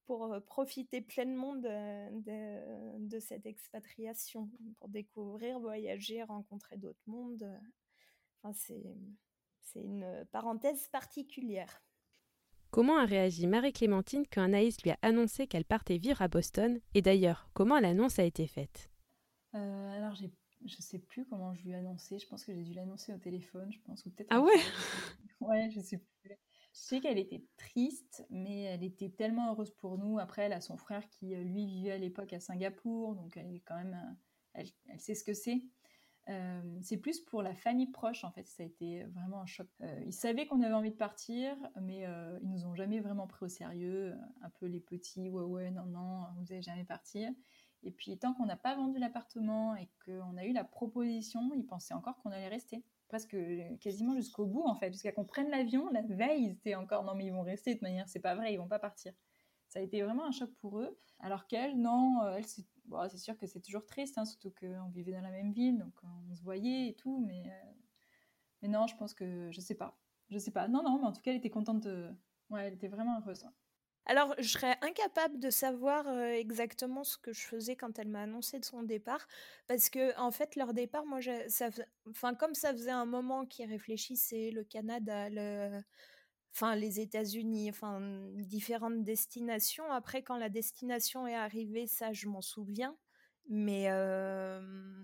pour euh, profiter pleinement de, de, de cette expatriation, pour découvrir, voyager, rencontrer d'autres mondes. Enfin, c'est, c'est une parenthèse particulière. Comment a réagi Marie-Clémentine quand Anaïs lui a annoncé qu'elle partait vivre à Boston? Et d'ailleurs, comment l'annonce a été faite? euh, Alors, j'ai, je sais plus comment je lui ai annoncé. Je pense que j'ai dû l'annoncer au téléphone, je pense, ou peut-être. Ah ouais? Ouais, je sais plus. Je sais qu'elle était triste, mais elle était tellement heureuse pour nous. Après, elle a son frère qui, lui, vivait à l'époque à Singapour, donc elle est quand même, elle, elle sait ce que c'est. Euh, c'est plus pour la famille proche, en fait, ça a été vraiment un choc. Euh, ils savaient qu'on avait envie de partir, mais euh, ils nous ont jamais vraiment pris au sérieux. Un peu les petits, ouais, ouais, non, non, vous n'allez jamais partir. Et puis, tant qu'on n'a pas vendu l'appartement et qu'on a eu la proposition, ils pensaient encore qu'on allait rester. Presque quasiment jusqu'au bout, en fait. Jusqu'à qu'on prenne l'avion, la veille, ils étaient encore, non, mais ils vont rester de toute manière, c'est pas vrai, ils vont pas partir. Ça a été vraiment un choc pour eux. Alors qu'elle, non, elle, c'est, bon, c'est sûr que c'est toujours triste, hein, surtout qu'on vivait dans la même ville, donc on se voyait et tout, mais, euh, mais non, je pense que, je sais pas. Je sais pas. Non, non, mais en tout cas, elle était contente de... Ouais, elle était vraiment heureuse. Ouais. Alors, je serais incapable de savoir euh, exactement ce que je faisais quand elle m'a annoncé de son départ, parce que en fait, leur départ, moi, j'ai- ça, enfin, comme ça faisait un moment qu'ils réfléchissaient, le Canada, le, enfin, les États-Unis, enfin, différentes destinations. Après, quand la destination est arrivée, ça, je m'en souviens, mais euh,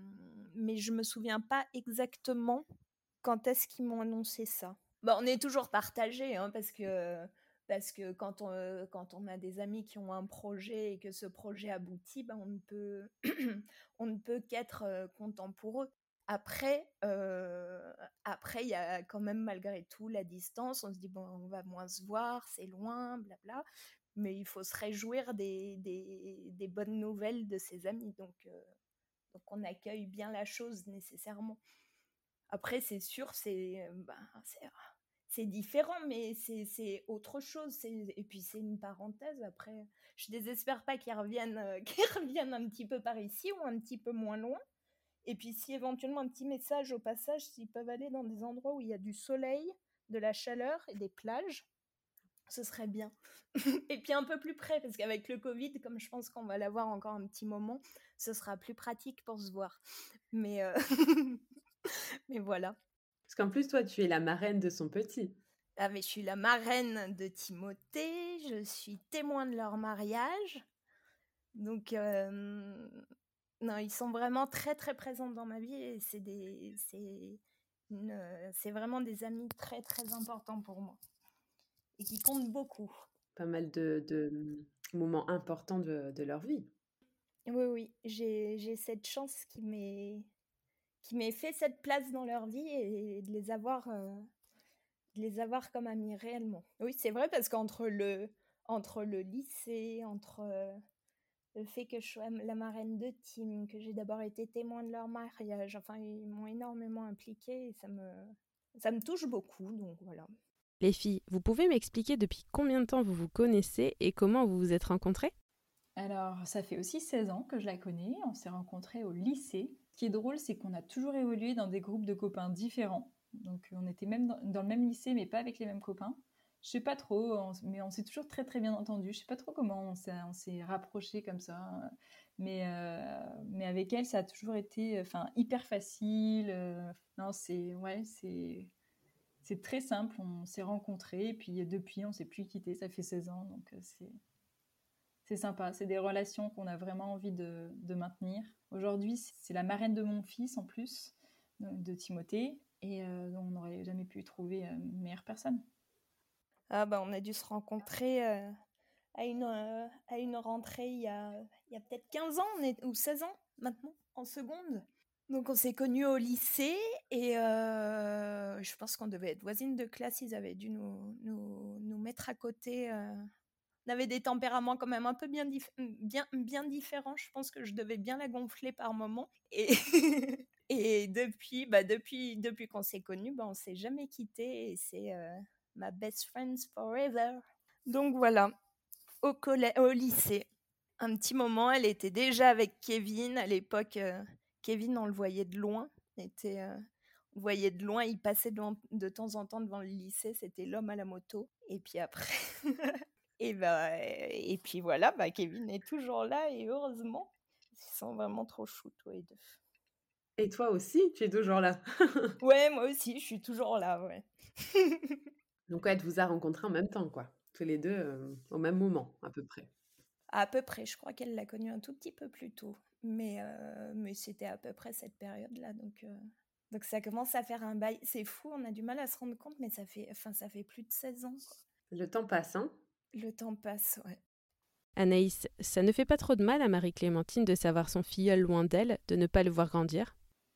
mais je me souviens pas exactement quand est-ce qu'ils m'ont annoncé ça. Bon, on est toujours partagés, hein, parce que parce que quand on, euh, quand on a des amis qui ont un projet et que ce projet aboutit, ben on ne peut, on ne peut qu'être euh, content pour eux. Après, euh, après, il y a quand même malgré tout la distance. On se dit, bon, on va moins se voir, c'est loin, blabla. Mais il faut se réjouir des, des, des bonnes nouvelles de ses amis. Donc, euh, donc, on accueille bien la chose nécessairement. Après, c'est sûr, c'est... Bah, c'est c'est différent, mais c'est, c'est autre chose. C'est, et puis, c'est une parenthèse. Après, je désespère pas qu'ils reviennent, euh, qu'ils reviennent un petit peu par ici ou un petit peu moins loin. Et puis, si éventuellement un petit message au passage, s'ils peuvent aller dans des endroits où il y a du soleil, de la chaleur et des plages, ce serait bien. Et puis, un peu plus près, parce qu'avec le Covid, comme je pense qu'on va l'avoir encore un petit moment, ce sera plus pratique pour se voir. Mais, euh... mais voilà. Parce qu'en plus, toi, tu es la marraine de son petit. Ah, mais je suis la marraine de Timothée, je suis témoin de leur mariage. Donc, euh, non, ils sont vraiment très, très présents dans ma vie et c'est, des, c'est, une, c'est vraiment des amis très, très importants pour moi et qui comptent beaucoup. Pas mal de, de moments importants de, de leur vie. Oui, oui, j'ai, j'ai cette chance qui m'est, qui m'ait fait cette place dans leur vie et de les avoir, euh, de les avoir comme amis réellement. Oui, c'est vrai parce qu'entre le, entre le lycée, entre euh, le fait que je sois la marraine de Tim, que j'ai d'abord été témoin de leur mariage, enfin ils m'ont énormément impliquée et ça me, ça me touche beaucoup, donc voilà. Les filles, vous pouvez m'expliquer depuis combien de temps vous vous connaissez et comment vous vous êtes rencontrées? Alors, ça fait aussi seize ans que je la connais. On s'est rencontrés au lycée. Ce qui est drôle, c'est qu'on a toujours évolué dans des groupes de copains différents. Donc, on était même dans, dans le même lycée, mais pas avec les mêmes copains. Je sais pas trop, on, mais on s'est toujours très très bien entendus. Je sais pas trop comment on s'est, on s'est rapprochés comme ça. Mais, euh, mais avec elle, ça a toujours été enfin, hyper facile. Euh, non, c'est, ouais, c'est, c'est très simple. On s'est rencontrés, et puis depuis, on s'est plus quittés. Ça fait seize ans, donc c'est... C'est sympa, c'est des relations qu'on a vraiment envie de, de maintenir. Aujourd'hui, c'est la marraine de mon fils en plus, de, de Timothée, et euh, on n'aurait jamais pu trouver une meilleure personne. Ah bah on a dû se rencontrer euh, à, une, euh, à une rentrée il y a, il y a peut-être quinze ans on est, ou seize ans maintenant, en seconde. Donc on s'est connus au lycée et euh, je pense qu'on devait être voisines de classe, ils avaient dû nous, nous, nous mettre à côté... Euh... On avait des tempéraments quand même un peu bien, dif- bien, bien différents. Je pense que je devais bien la gonfler par moments. Et, et depuis, bah depuis, depuis qu'on s'est connus, bah on s'est jamais quittés. Et c'est euh, ma best friends forever. Donc voilà, au, collè- au lycée. Un petit moment, elle était déjà avec Kevin. À l'époque, euh, Kevin, on le voyait de loin. Il était, euh, on le voyait de loin. Il passait de, de temps en temps devant le lycée. C'était l'homme à la moto. Et puis après... Et, bah, et puis voilà, bah, Kevin est toujours là et heureusement, ils sont vraiment trop chou tous les deux. Et toi aussi, tu es toujours là? Ouais, moi aussi, je suis toujours là, ouais. Donc ouais, elle vous a rencontrés en même temps, quoi, tous les deux, heu, au même moment, à peu près? À peu près, je crois qu'elle l'a connu un tout petit peu plus tôt, mais heu, mais c'était à peu près cette période-là, donc heu, donc ça commence à faire un bail. C'est fou, on a du mal à se rendre compte, mais ça fait enfin, ça fait plus de seize ans, quoi. Le temps passe, hein? Le temps passe, ouais. Anaïs, ça ne fait pas trop de mal à Marie-Clémentine de savoir son filleul loin d'elle, de ne pas le voir grandir?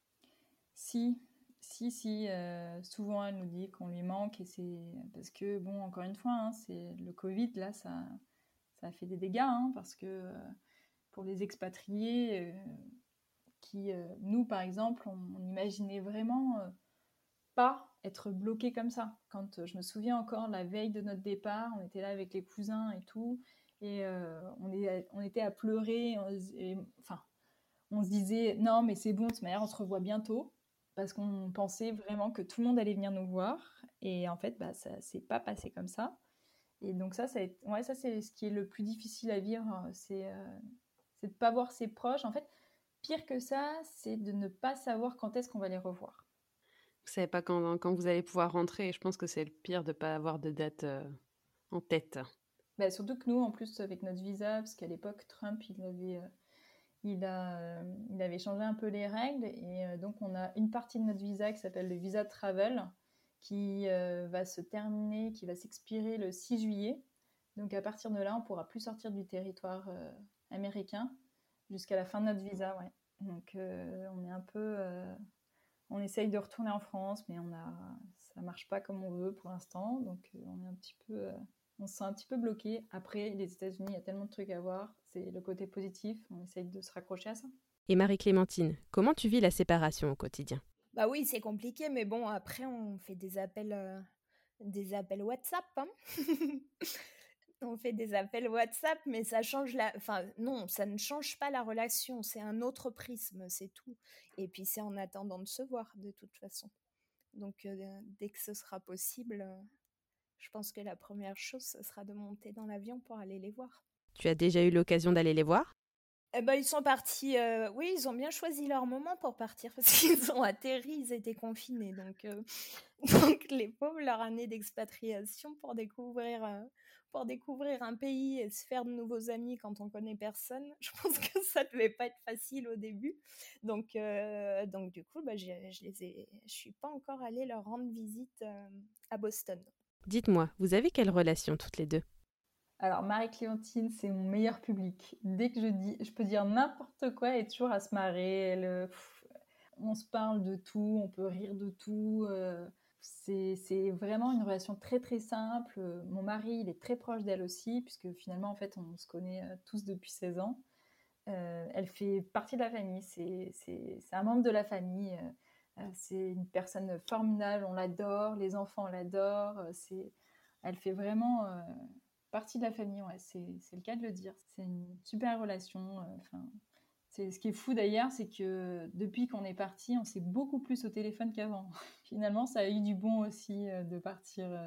Si, si, si. euh, souvent, elle nous dit qu'on lui manque et c'est parce que, bon, encore une fois, hein, c'est le Covid, là, ça, ça a fait des dégâts, hein, parce que euh, pour les expatriés, euh, qui, euh, nous, par exemple, on, on imaginait vraiment euh, pas être bloqués comme ça. Quand euh, je me souviens encore, la veille de notre départ, on était là avec les cousins et tout, et euh, on, est, on était à pleurer, on, et, enfin, on se disait, non, mais c'est bon, de toute manière, on se revoit bientôt, parce qu'on pensait vraiment que tout le monde allait venir nous voir, et en fait, bah, ça s'est pas passé comme ça. Et donc ça, ça, a été, ouais, ça c'est ce qui est le plus difficile à vivre, c'est, euh, c'est de ne pas voir ses proches. En fait, pire que ça, c'est de ne pas savoir quand est-ce qu'on va les revoir. Vous savez pas quand, quand vous allez pouvoir rentrer, et je pense que c'est le pire de ne pas avoir de date euh, en tête. Bah, surtout que nous, en plus, avec notre visa, parce qu'à l'époque, Trump, il avait, euh, il, a, euh, il avait changé un peu les règles, et euh, donc on a une partie de notre visa qui s'appelle le visa travel, qui euh, va se terminer, qui va s'expirer le six juillet. Donc à partir de là, on ne pourra plus sortir du territoire euh, américain jusqu'à la fin de notre visa, ouais. Donc euh, on est un peu... Euh, on essaye de retourner en France, mais on a, ça ne marche pas comme on veut pour l'instant. Donc euh, on est un petit peu... Euh, on se sent un petit peu bloqué. Après, les États-Unis, il y a tellement de trucs à voir. C'est le côté positif. On essaye de se raccrocher à ça. Et Marie-Clémentine, comment tu vis la séparation au quotidien? Bah oui, c'est compliqué, mais bon, après, on fait des appels, euh, des appels WhatsApp, hein. On fait des appels WhatsApp, mais ça change la... Enfin, non, ça ne change pas la relation. C'est un autre prisme, c'est tout. Et puis, c'est en attendant de se voir, de toute façon. Donc, euh, dès que ce sera possible, euh, je pense que la première chose, ce sera de monter dans l'avion pour aller les voir. Tu as déjà eu l'occasion d'aller les voir? Eh ben, ils sont partis, euh, oui, ils ont bien choisi leur moment pour partir parce qu'ils ont atterri, ils étaient confinés. Donc, euh, donc les pauvres, leur année d'expatriation pour découvrir, euh, pour découvrir un pays et se faire de nouveaux amis quand on connaît personne, je pense que ça devait pas être facile au début. Donc, euh, donc du coup, bah, je, je les ai, je suis pas encore allée leur rendre visite euh, à Boston. Dites-moi, vous avez quelle relation toutes les deux? Alors, Marie-Clémentine, c'est mon meilleur public. Dès que je dis, je peux dire n'importe quoi, elle est toujours à se marrer. Elle, pff, on se parle de tout, on peut rire de tout. Euh, c'est, c'est vraiment une relation très très simple. Mon mari, il est très proche d'elle aussi, puisque finalement, en fait, on se connaît tous depuis seize ans. Euh, elle fait partie de la famille, c'est, c'est, c'est un membre de la famille. Euh, c'est une personne formidable, on l'adore, les enfants l'adorent. C'est, elle fait vraiment... Euh, partie de la famille, ouais, c'est, c'est le cas de le dire. C'est une super relation. Enfin, euh, c'est, ce qui est fou d'ailleurs, c'est que depuis qu'on est parti, on s'est beaucoup plus au téléphone qu'avant. Finalement, ça a eu du bon aussi euh, de partir. Euh...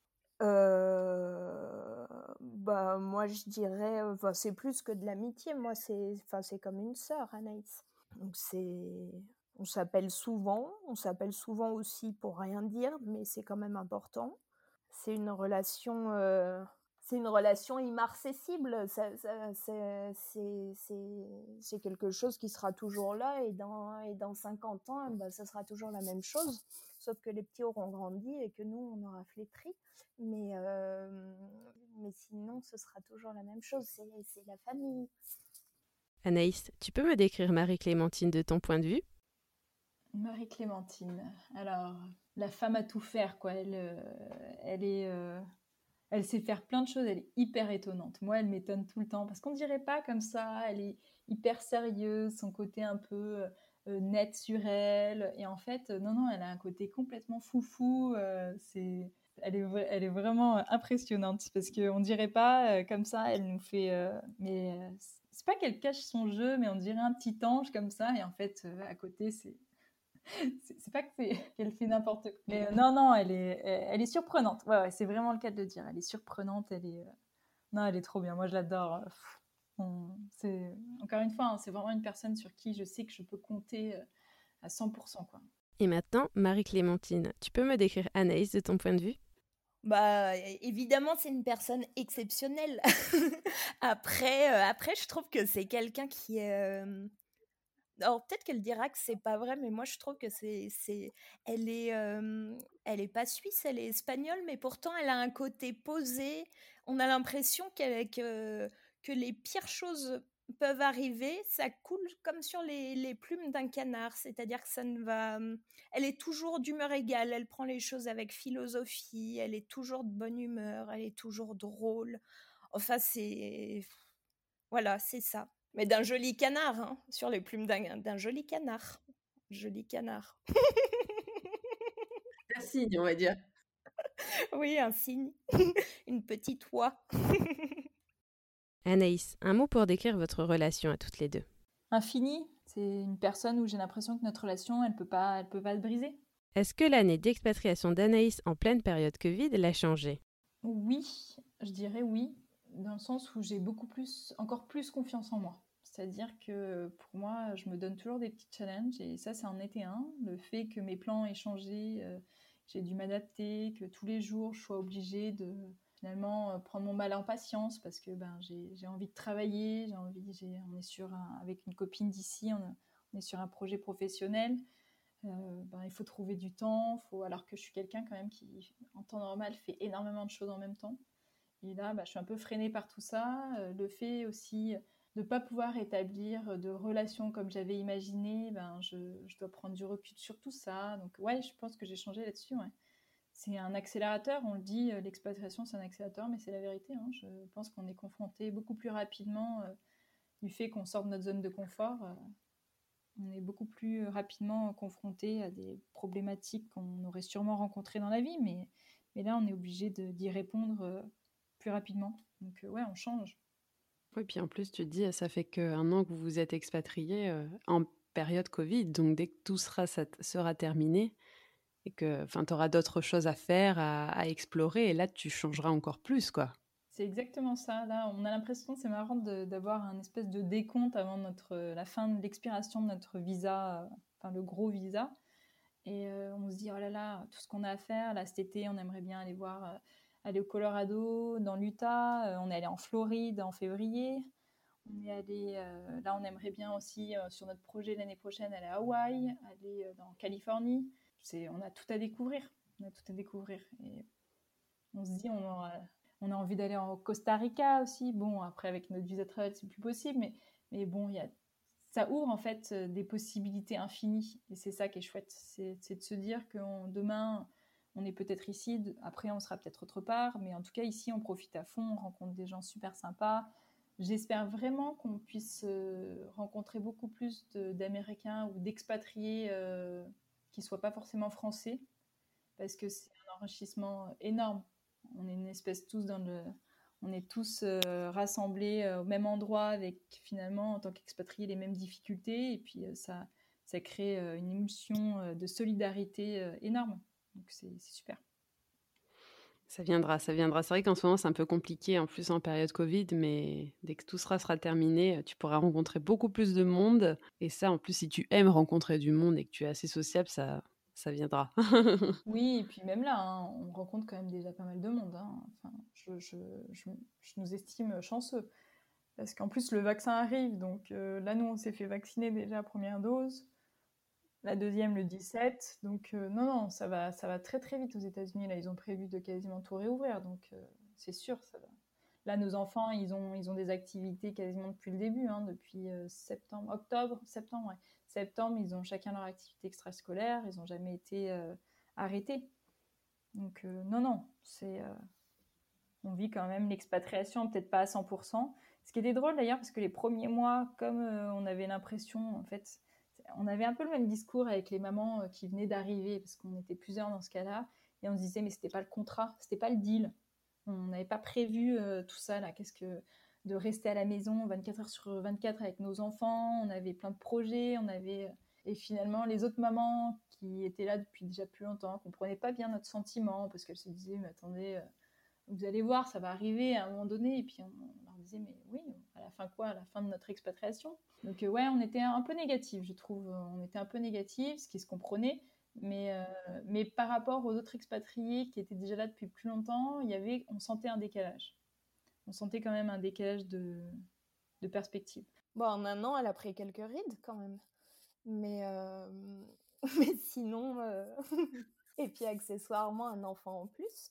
Euh, bah moi je dirais, enfin c'est plus que de l'amitié. Moi c'est, enfin c'est comme une sœur, Anaïs. Donc c'est, on s'appelle souvent, on s'appelle souvent aussi pour rien dire, mais c'est quand même important. C'est une relation. Euh... C'est une relation immarcessible, ça, ça, c'est, c'est, c'est, c'est quelque chose qui sera toujours là et dans, et dans cinquante ans, bah, ça sera toujours la même chose, sauf que les petits auront grandi et que nous, on aura flétri, mais, euh, mais sinon, ce sera toujours la même chose, c'est, c'est la famille. Anaïs, tu peux me décrire Marie-Clémentine de ton point de vue? Marie-Clémentine, alors, la femme à tout faire, quoi, elle, euh, elle est... Euh... Elle sait faire plein de choses, elle est hyper étonnante. Moi, elle m'étonne tout le temps parce qu'on ne dirait pas comme ça. Elle est hyper sérieuse, son côté un peu euh, net sur elle. Et en fait, non, non, elle a un côté complètement foufou. Euh, c'est, elle, est, elle est vraiment impressionnante parce qu'on ne dirait pas euh, comme ça. Elle nous fait. Euh, mais euh, c'est pas qu'elle cache son jeu, mais on dirait un petit ange comme ça. Et en fait, euh, à côté, c'est. C'est, c'est pas que c'est, qu'elle fait n'importe quoi. Mais euh, non, non, elle est, elle, elle est surprenante. Ouais, ouais, c'est vraiment le cas de le dire. Elle est surprenante, elle est, euh, Non, elle est trop bien. Moi, je l'adore. Pff, on- c'est... Encore une fois, hein, c'est vraiment une personne sur qui je sais que je peux compter euh, à cent pour cent, quoi. Et maintenant, Marie-Clémentine, tu peux me décrire Anaïs de ton point de vue? Bah, é- évidemment, c'est une personne exceptionnelle. Après, euh, après, je trouve que c'est quelqu'un qui est. euh, Alors, peut-être qu'elle dira que c'est pas vrai, mais moi, je trouve que c'est, c'est, elle est, euh, elle est pas suisse, elle est espagnole, mais pourtant, elle a un côté posé. On a l'impression qu'elle, que, que les pires choses peuvent arriver, ça coule comme sur les, les plumes d'un canard. C'est-à-dire que ça ne va, elle est toujours d'humeur égale. Elle prend les choses avec philosophie. Elle est toujours de bonne humeur. Elle est toujours drôle. Enfin, c'est, voilà, c'est ça. Mais d'un joli canard, hein, sur les plumes d'un, d'un joli canard. Joli canard. Un signe, on va dire. Oui, un cygne. Une petite oie. Anaïs, un mot pour décrire votre relation à toutes les deux. Infini, c'est une personne où j'ai l'impression que notre relation, elle peut pas, elle peut pas se briser. Est-ce que l'année d'expatriation d'Anaïs en pleine période Covid l'a changée? Oui, je dirais oui, dans le sens où j'ai beaucoup plus, encore plus confiance en moi. C'est-à-dire que pour moi, je me donne toujours des petits challenges et ça, ça en était un. Le fait que mes plans aient changé, euh, j'ai dû m'adapter, que tous les jours, je sois obligée de finalement euh, prendre mon mal en patience parce que ben, j'ai, j'ai envie de travailler, j'ai envie, j'ai, on est sur un- avec une copine d'ici, on, on est sur un projet professionnel. Euh, ben, il faut trouver du temps, faut, alors que je suis quelqu'un quand même qui, en temps normal, fait énormément de choses en même temps. Et là, bah, je suis un peu freinée par tout ça. Euh, le fait aussi de ne pas pouvoir établir de relations comme j'avais imaginé, ben, je, je dois prendre du recul sur tout ça. Donc ouais, je pense que j'ai changé là-dessus. Ouais. C'est un accélérateur, on le dit, euh, l'expatriation c'est un accélérateur, mais c'est la vérité. Hein. Je pense qu'on est confronté beaucoup plus rapidement euh, du fait qu'on sort de notre zone de confort. Euh, on est beaucoup plus rapidement confronté à des problématiques qu'on aurait sûrement rencontrées dans la vie, mais, mais là, on est obligé de, d'y répondre euh, plus rapidement. Donc, euh, ouais, on change. Oui, puis en plus, tu te dis, ça fait qu'un an que vous vous êtes expatrié euh, en période Covid. Donc, dès que tout sera, ça t- sera terminé et que tu auras d'autres choses à faire, à, à explorer, et là, tu changeras encore plus, quoi. C'est exactement ça. Là, on a l'impression, c'est marrant de, d'avoir un espèce de décompte avant notre, la fin de l'expiration de notre visa, euh, enfin le gros visa. Et euh, on se dit, oh là là, tout ce qu'on a à faire, là cet été, on aimerait bien aller voir, euh, aller au Colorado, dans l'Utah, euh, on est allé en Floride en février. On est allé, euh, là, on aimerait bien aussi, euh, sur notre projet l'année prochaine, aller à Hawaï, aller euh, dans Californie. C'est, on a tout à découvrir. On a tout à découvrir. Et on se dit, on, aura, on a envie d'aller en Costa Rica aussi. Bon, après, avec notre visa travel, c'est plus possible, mais, mais bon, il y a, ça ouvre en fait euh, des possibilités infinies. Et c'est ça qui est chouette. C'est, c'est de se dire que on, demain, on est peut-être ici, après, on sera peut-être autre part, mais en tout cas, ici, on profite à fond, on rencontre des gens super sympas. J'espère vraiment qu'on puisse euh, rencontrer beaucoup plus de, d'Américains ou d'expatriés euh, qui ne soient pas forcément français, parce que c'est un enrichissement énorme. On est une espèce tous dans le... On est tous euh, rassemblés euh, au même endroit avec finalement, en tant qu'expatriés, les mêmes difficultés. Et puis euh, ça, ça crée euh, une émulsion euh, de solidarité euh, énorme. Donc c'est, c'est super. Ça viendra, ça viendra. C'est vrai qu'en ce moment, c'est un peu compliqué, en plus en période Covid, mais dès que tout sera, sera terminé, tu pourras rencontrer beaucoup plus de monde. Et ça, en plus, si tu aimes rencontrer du monde et que tu es assez sociable, ça, ça viendra. Oui, et puis même là, hein, on rencontre quand même déjà pas mal de monde. Hein. Enfin, je, je, je, je nous estime chanceux. Parce qu'en plus, le vaccin arrive. Donc euh, là, nous, on s'est fait vacciner déjà première dose. La deuxième le dix-sept. Donc euh, non, non, ça va, ça va très très vite aux États-Unis. Là, ils ont prévu de quasiment tout réouvrir. Donc euh, c'est sûr, ça va. Là, nos enfants, ils ont, ils ont des activités quasiment depuis le début, hein, depuis euh, septembre, octobre, septembre, ouais. Septembre, ils ont chacun leur activité extrascolaire. Ils n'ont jamais été euh, arrêtés. Donc euh, non, non, c'est, euh, on vit quand même l'expatriation, peut-être pas à cent pour cent. Ce qui était drôle d'ailleurs, parce que les premiers mois, comme euh, on avait l'impression, en fait, on avait un peu le même discours avec les mamans euh, qui venaient d'arriver, parce qu'on était plusieurs dans ce cas-là, et on se disait, mais c'était pas le contrat, c'était pas le deal. On n'avait pas prévu euh, tout ça, là. Qu'est-ce que de rester à la maison vingt-quatre heures sur vingt-quatre avec nos enfants, on avait plein de projets, on avait... Et finalement, les autres mamans qui étaient là depuis déjà plus longtemps, ne comprenaient pas bien notre sentiment, parce qu'elles se disaient, mais attendez... vous allez voir, ça va arriver à un moment donné. Et puis on, on leur disait, mais oui, à la fin quoi? À la fin de notre expatriation. Donc euh, ouais, on était un peu négatifs, je trouve. On était un peu négatifs, ce qui se comprenait. Mais, euh, mais par rapport aux autres expatriés qui étaient déjà là depuis plus longtemps, il y avait, on sentait un décalage. On sentait quand même un décalage de, de perspective. Bon, en un an, elle a pris quelques rides quand même. Mais, euh... mais sinon... Euh... Et puis accessoirement, un enfant en plus.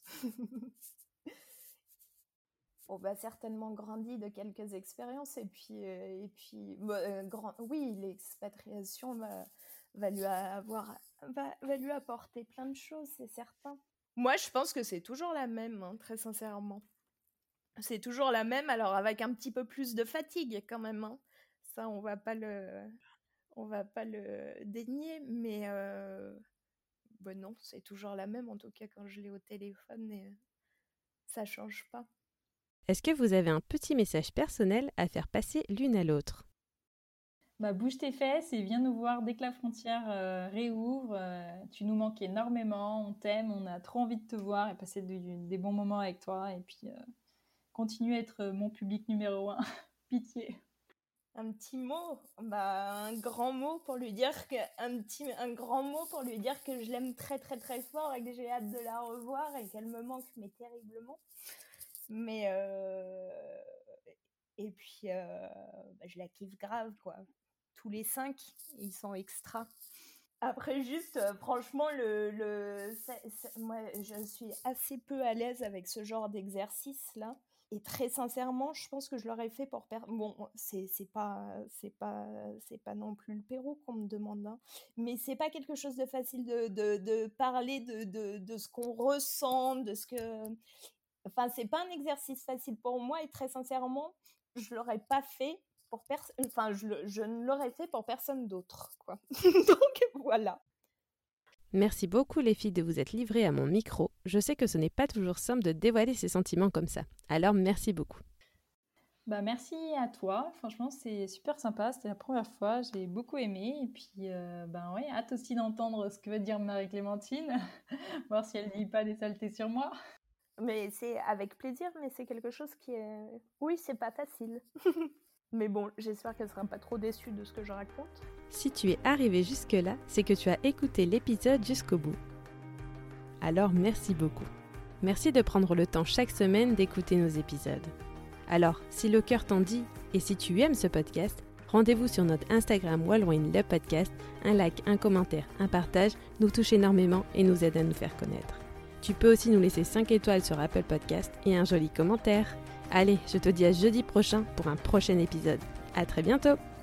On va certainement grandi de quelques expériences. Et puis, euh, et puis bah, euh, grand... oui, l'expatriation va, va, lui avoir, va, va lui apporter plein de choses, c'est certain. Moi, je pense que c'est toujours la même, hein, très sincèrement. C'est toujours la même, alors avec un petit peu plus de fatigue quand même. Hein. Ça, on va pas le, on va pas le dénier, mais euh, ben non, c'est toujours la même. En tout cas, quand je l'ai au téléphone, et, euh, ça change pas. Est-ce que vous avez un petit message personnel à faire passer l'une à l'autre? Bah, bouge tes fesses et viens nous voir dès que la frontière euh, réouvre. Euh, tu nous manques énormément, on t'aime, on a trop envie de te voir et passer de, de, des bons moments avec toi. Et puis, euh, continue à être mon public numéro un. Pitié. Un petit mot, bah, un grand mot pour lui dire que un petit un grand mot pour lui dire que je l'aime très très très fort et que j'ai hâte de la revoir et qu'elle me manque mais terriblement. Mais euh... et puis euh... bah, je la kiffe grave quoi. Tous les cinq, ils sont extra. Après juste euh, franchement le le c'est, c'est... moi je suis assez peu à l'aise avec ce genre d'exercice là. Et très sincèrement, je pense que je l'aurais fait pour... Per... Bon, c'est, c'est, pas, c'est, pas, c'est pas non plus le Pérou qu'on me demande, hein. Mais c'est pas quelque chose de facile de, de, de parler de, de, de ce qu'on ressent, de ce que... Enfin, c'est pas un exercice facile pour moi et très sincèrement, je l'aurais pas fait pour personne... Enfin, je, je ne l'aurais fait pour personne d'autre, quoi. Donc, voilà. Merci beaucoup les filles de vous être livrées à mon micro. Je sais que ce n'est pas toujours simple de dévoiler ses sentiments comme ça. Alors merci beaucoup. Bah merci à toi. Franchement, c'est super sympa. C'était la première fois. J'ai beaucoup aimé. Et puis, euh, ben ouais, hâte aussi d'entendre ce que va dire Marie-Clémentine. Voir si elle dit pas des saletés sur moi. Mais c'est avec plaisir, mais c'est quelque chose qui est... Oui, c'est pas facile. Mais bon, j'espère qu'elle sera pas trop déçue de ce que je raconte. Si tu es arrivé jusque-là, c'est que tu as écouté l'épisode jusqu'au bout. Alors merci beaucoup. Merci de prendre le temps chaque semaine d'écouter nos épisodes. Alors, si le cœur t'en dit, et si tu aimes ce podcast, rendez-vous sur notre Instagram Wallwine le podcast. Un like, un commentaire, un partage nous touche énormément et nous aide à nous faire connaître. Tu peux aussi nous laisser cinq étoiles sur Apple Podcast et un joli commentaire. Allez, je te dis à jeudi prochain pour un prochain épisode. À très bientôt!